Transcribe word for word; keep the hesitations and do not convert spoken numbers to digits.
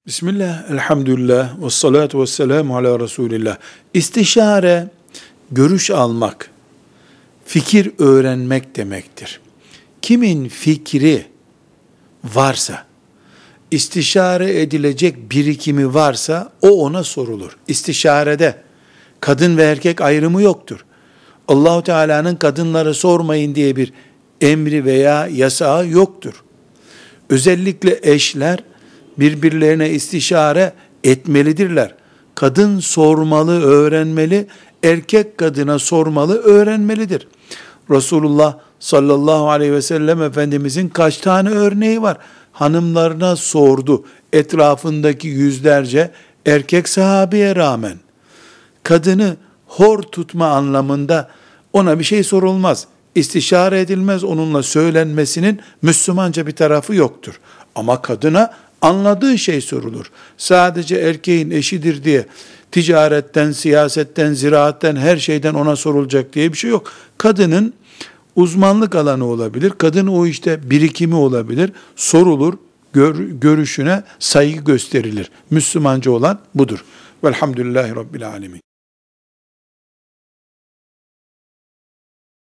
Bismillah, elhamdülillah, ve salatu ve selamu ala Resulillah. İstişare, görüş almak, fikir öğrenmek demektir. Kimin fikri varsa, istişare edilecek birikimi varsa, o ona sorulur. İstişarede kadın ve erkek ayrımı yoktur. Allah-u Teala'nın kadınlara sormayın diye bir emri veya yasağı yoktur. Özellikle eşler, birbirlerine istişare etmelidirler. Kadın sormalı, öğrenmeli, erkek kadına sormalı, öğrenmelidir. Resulullah sallallahu aleyhi ve sellem Efendimizin kaç tane örneği var? Hanımlarına sordu, etrafındaki yüzlerce erkek sahabeye rağmen. Kadını hor tutma anlamında ona bir şey sorulmaz. İstişare edilmez, onunla söylenmesinin Müslümanca bir tarafı yoktur. Ama kadına anladığı şey sorulur. Sadece erkeğin eşidir diye ticaretten, siyasetten, ziraatten, her şeyden ona sorulacak diye bir şey yok. Kadının uzmanlık alanı olabilir. Kadın o işte birikimi olabilir. Sorulur, gör, görüşüne saygı gösterilir. Müslümanca olan budur. Velhamdülillahi Rabbil Alemin.